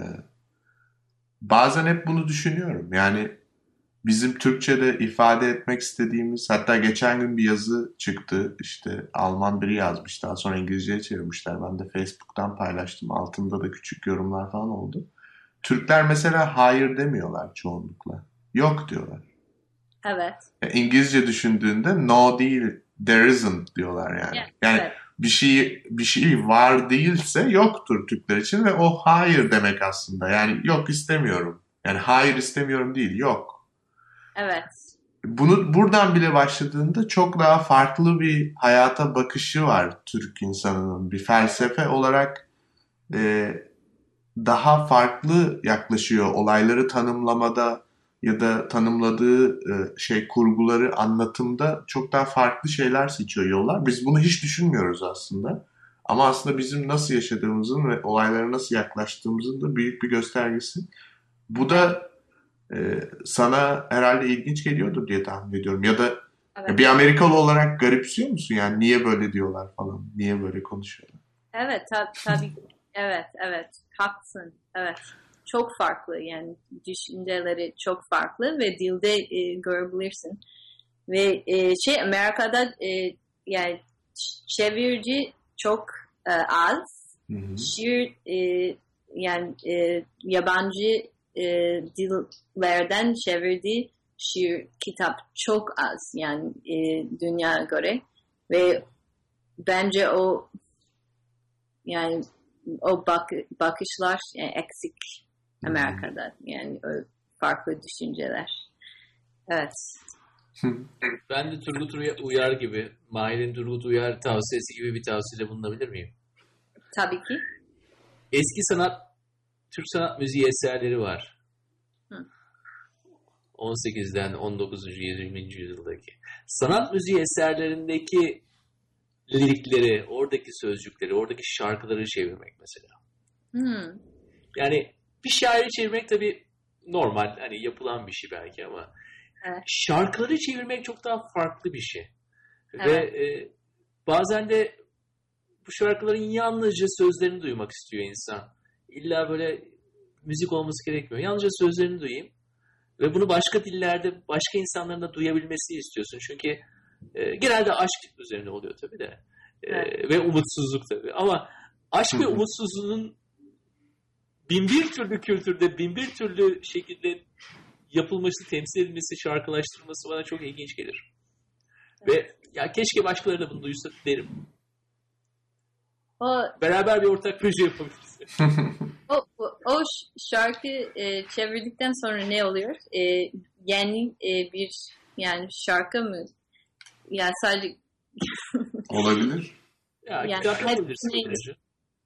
bazen hep bunu düşünüyorum. Yani bizim Türkçe'de ifade etmek istediğimiz, hatta geçen gün bir yazı çıktı. İşte Alman biri yazmış. Daha sonra İngilizceye çevirmişler. Ben de Facebook'tan paylaştım. Altında da küçük yorumlar falan oldu. Türkler mesela hayır demiyorlar çoğunlukla. Yok diyorlar. Evet. İngilizce düşündüğünde no değil, there isn't diyorlar yani. Yeah, yani evet. bir şey var değilse yoktur Türkler için ve o hayır demek aslında. Yani yok istemiyorum. Yani hayır istemiyorum değil, yok. Evet. Bunu buradan bile başladığında çok daha farklı bir hayata bakışı var Türk insanının. Bir felsefe olarak daha farklı yaklaşıyor olayları tanımlamada ya da tanımladığı kurguları anlatımda çok daha farklı şeyler seçiyor yollar. Biz bunu hiç düşünmüyoruz aslında. Ama aslında bizim nasıl yaşadığımızın ve olaylara nasıl yaklaştığımızın da büyük bir göstergesi. Bu da sana herhalde ilginç geliyordur diye tahmin ediyorum. Ya da Evet. bir Amerikalı olarak garipsiyor musun? Yani niye böyle diyorlar falan? Niye böyle konuşuyorlar? Evet, tabii. Evet. Haklısın. Evet. Çok farklı, yani düşünceleri çok farklı ve dilde görebilirsin. Ve Amerika'da yani çevirici çok az. Şiir yani yabancı dillerden çevirdiği şiir kitap çok az, yani dünyaya göre, ve bence o bakışlar yani eksik Amerika'da, yani o farklı düşünceler. Evet. Ben de Turgut Uyar gibi, Mahir'in Turgut Uyar tavsiyesi gibi bir tavsiyede bulunabilir miyim? Tabii ki. Eski Türk sanat müziği eserleri var. 18'den 19. 20. yüzyıldaki. Sanat müziği eserlerindeki lirikleri, oradaki sözcükleri, oradaki şarkıları çevirmek mesela. Yani bir şairi çevirmek tabii normal, hani yapılan bir şey belki ama şarkıları çevirmek çok daha farklı bir şey. Evet. Ve bazen de bu şarkıların yalnızca sözlerini duymak istiyor insan. İlla böyle müzik olması gerekmiyor. Yalnızca sözlerini duyayım. Ve bunu başka dillerde, başka insanların da duyabilmesini istiyorsun. Çünkü genelde aşk üzerine oluyor tabii de. Ve umutsuzluk tabii. Ama aşk ve umutsuzluğun binbir türlü kültürde, binbir türlü şekilde yapılması, temsil edilmesi, şarkılaştırılması bana çok ilginç gelir. Ve ya keşke başkaları da bunu duysa derim. Beraber bir ortak proje yapabiliriz. O şarkı çevirdikten sonra ne oluyor? Yeni bir yani şarkı mı? Yani sadece olabilir. Ya yani kitap yapabilirsin.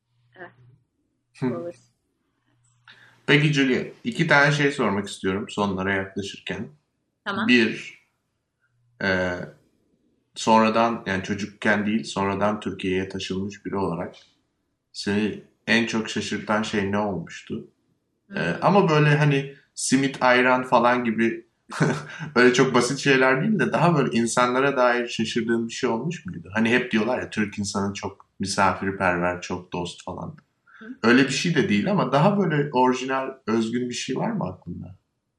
Olur. Peki Julia, 2 tane şey sormak istiyorum sonlara yaklaşırken. Tamam. Bir, sonradan, yani çocukken değil, sonradan Türkiye'ye taşınmış biri olarak seni en çok şaşırtan şey ne olmuştu? Ama böyle hani simit, ayran falan gibi böyle çok basit şeyler değil de daha böyle insanlara dair şaşırdığın bir şey olmuş muydu? Hani hep diyorlar ya, Türk insanı çok misafirperver, çok dost falan. Öyle bir şey de değil ama daha böyle orijinal, özgün bir şey var mı aklında?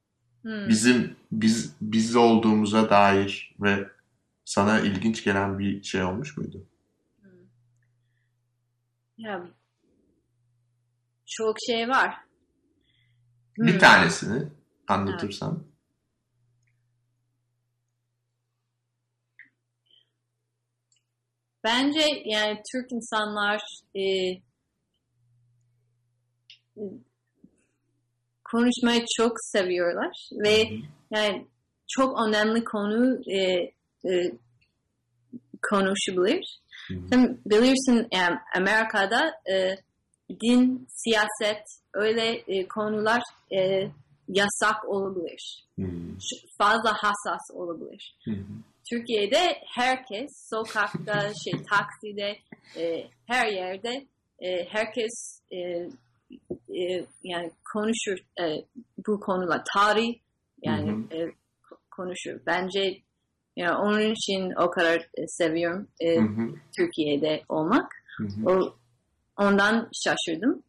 Biz olduğumuza dair ve sana ilginç gelen bir şey olmuş muydu? Ya çok şey var. Bir tanesini anlatırsan. Evet. Bence yani Türk insanlar konuşmayı çok seviyorlar ve yani çok önemli konu konuşabilir. Sen bilirsin, Amerika'da din, siyaset, öyle konular yasak olabilir. Fazla hassas olabilir. Türkiye'de herkes sokakta, takside, her yerde herkes yani konuşur bu konular, tarih yani konuşur. Bence yani onun için o kadar seviyorum Türkiye'de olmak. Ondan şaşırdım.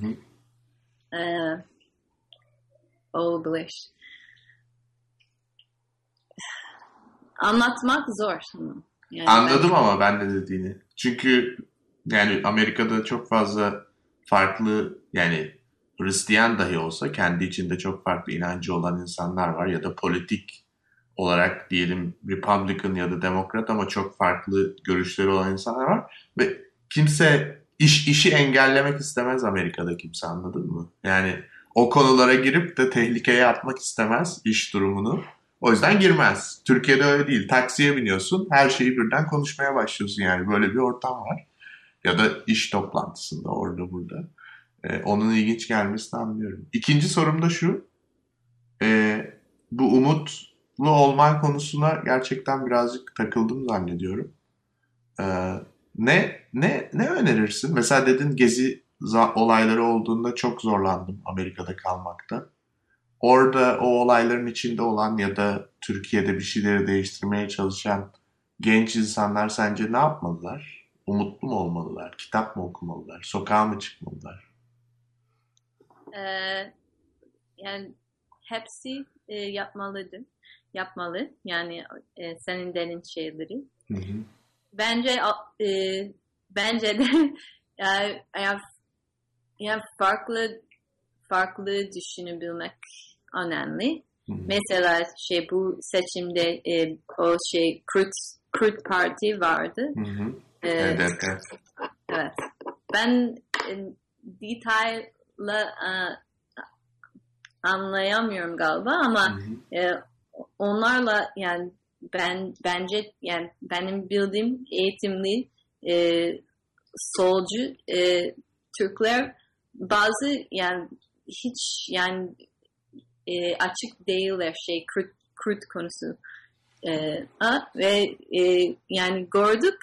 Olabilir. Anlatmak zor. Yani anladım ama ben de dediğini. Çünkü yani Amerika'da çok fazla farklı, yani Hristiyan dahi olsa kendi içinde çok farklı inancı olan insanlar var ya da politik olarak diyelim Republican ya da Demokrat ama çok farklı görüşleri olan insanlar var. Ve kimse işi engellemek istemez Amerika'da, kimse, anladın mı? Yani o konulara girip de tehlikeye atmak istemez iş durumunu. O yüzden girmez. Türkiye'de öyle değil. Taksiye biniyorsun, her şeyi birden konuşmaya başlıyorsun yani. Böyle bir ortam var. Ya da iş toplantısında orada burada. Onun ilginç gelmesini anlıyorum. İkinci sorum da şu. Bu umutlu olman konusuna gerçekten birazcık takıldım zannediyorum. Ne önerirsin? Mesela dedin gezi olayları olduğunda çok zorlandım Amerika'da kalmakta. Orada o olayların içinde olan ya da Türkiye'de bir şeyleri değiştirmeye çalışan genç insanlar sence ne yapmalılar? Umutlu mu olmalılar? Kitap mı okumalılar? Sokağa mı çıkmalılar? Yani hepsi yapmalı. Yani senin dediğin şeyleri. Hı hı. Bence de yani farklı düşünebilmek önemli. Hı hı. Mesela bu seçimde o Kürt Parti vardı. Hı hı. Evet. Ben detaylı anlayamıyorum galiba ama onlarla yani bence yani benim bildiğim eğitimli solcu Türkler bazı yani hiç yani açık değiller Kürt konusu ve yani gördük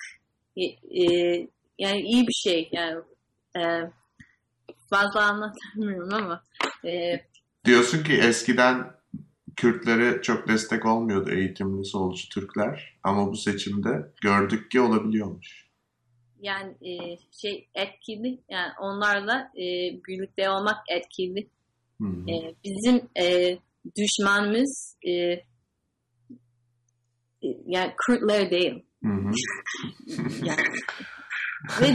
yani iyi bir şey yani fazla anlatamıyorum ama diyorsun ki eskiden Kürtlere çok destek olmuyordu eğitimli solcu Türkler ama bu seçimde gördük ki olabiliyormuş. Yani etkili yani onlarla birlikte olmak etkili. Bizim düşmanımız yani Kürtler değil. Yani, ve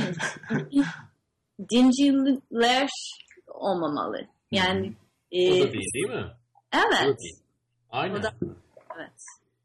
dinciler olmamalı. Yani o da değil mi? Evet. Aynen. Evet.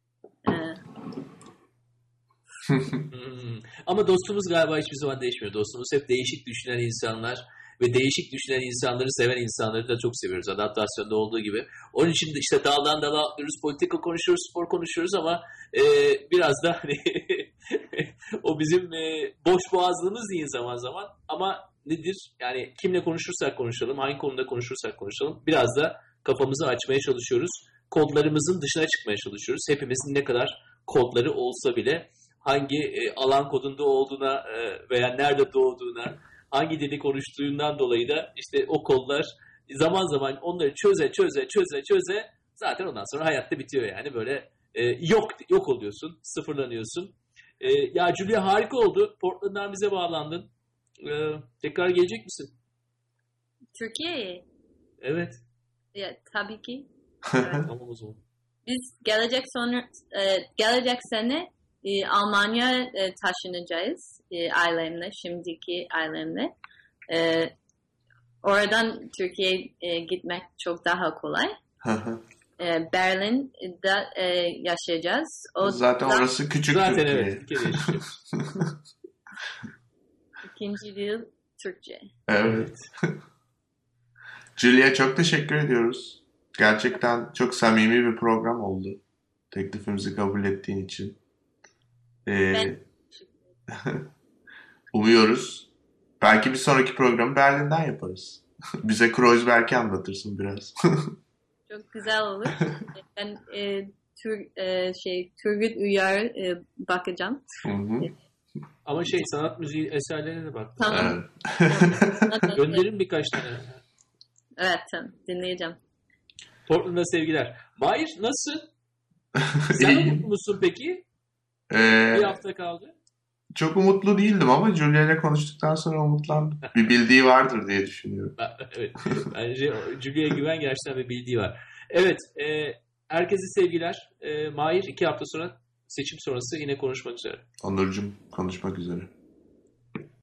Ama dostumuz galiba hiçbir zaman değişmiyor. Dostumuz hep değişik düşünen insanlar ve değişik düşünen insanları seven insanları da çok seviyoruz. Adaptasyonda olduğu gibi. Onun için de işte daldan dala atlıyoruz, politika konuşuyoruz, spor konuşuyoruz ama biraz da hani o bizim boş boğazlığımız değil zaman zaman. Ama nedir? Yani kimle konuşursak konuşalım, hangi konuda konuşursak konuşalım biraz da kafamızı açmaya çalışıyoruz. Kodlarımızın dışına çıkmaya çalışıyoruz. Hepimizin ne kadar kodları olsa bile hangi alan kodunda olduğuna veya nerede doğduğuna, hangi dili konuştuğundan dolayı da işte o kodlar zaman zaman onları çöze zaten ondan sonra hayatta bitiyor yani böyle yok oluyorsun, sıfırlanıyorsun. Ya Julia harika oldu. Portland'dan bize bağlandın. Tekrar gelecek misin? Türkiye'ye? Evet. Ya, tabii ki. Evet. Tamam o zaman. Biz gelecek sene Almanya taşınacağız ailemle, şimdiki ailemle. Oradan Türkiye'ye gitmek çok daha kolay. Berlin'de yaşayacağız. Zaten orası küçük zaten Türkiye. Evet, İkinci dil Türkçe. Evet. Julia çok teşekkür ediyoruz. Gerçekten çok samimi bir program oldu. Teklifimizi kabul ettiğin için. Umuyoruz. Belki bir sonraki programı Berlin'den yaparız. Bize Kreuzberg'i anlatırsın biraz. Çok güzel olur. Ben Turgut Uyar bakacağım. Ama sanat müziği eserlerine de bak. Tamam. Evet. Gönderin birkaç tane. Evet, tamam. Dinleyeceğim. Portland'a sevgiler. Mahir nasıl? Sen umutlu musun peki? Bir hafta kaldı. Çok umutlu değildim ama Julia ile konuştuktan sonra umutlandım. Bir bildiği vardır diye düşünüyorum. Evet. Bence Julia'ya güven, gerçekten bir bildiği var. Evet. Herkese sevgiler. Mahir 2 hafta sonra seçim sonrası yine konuşmak üzere. Onurcuğum konuşmak üzere.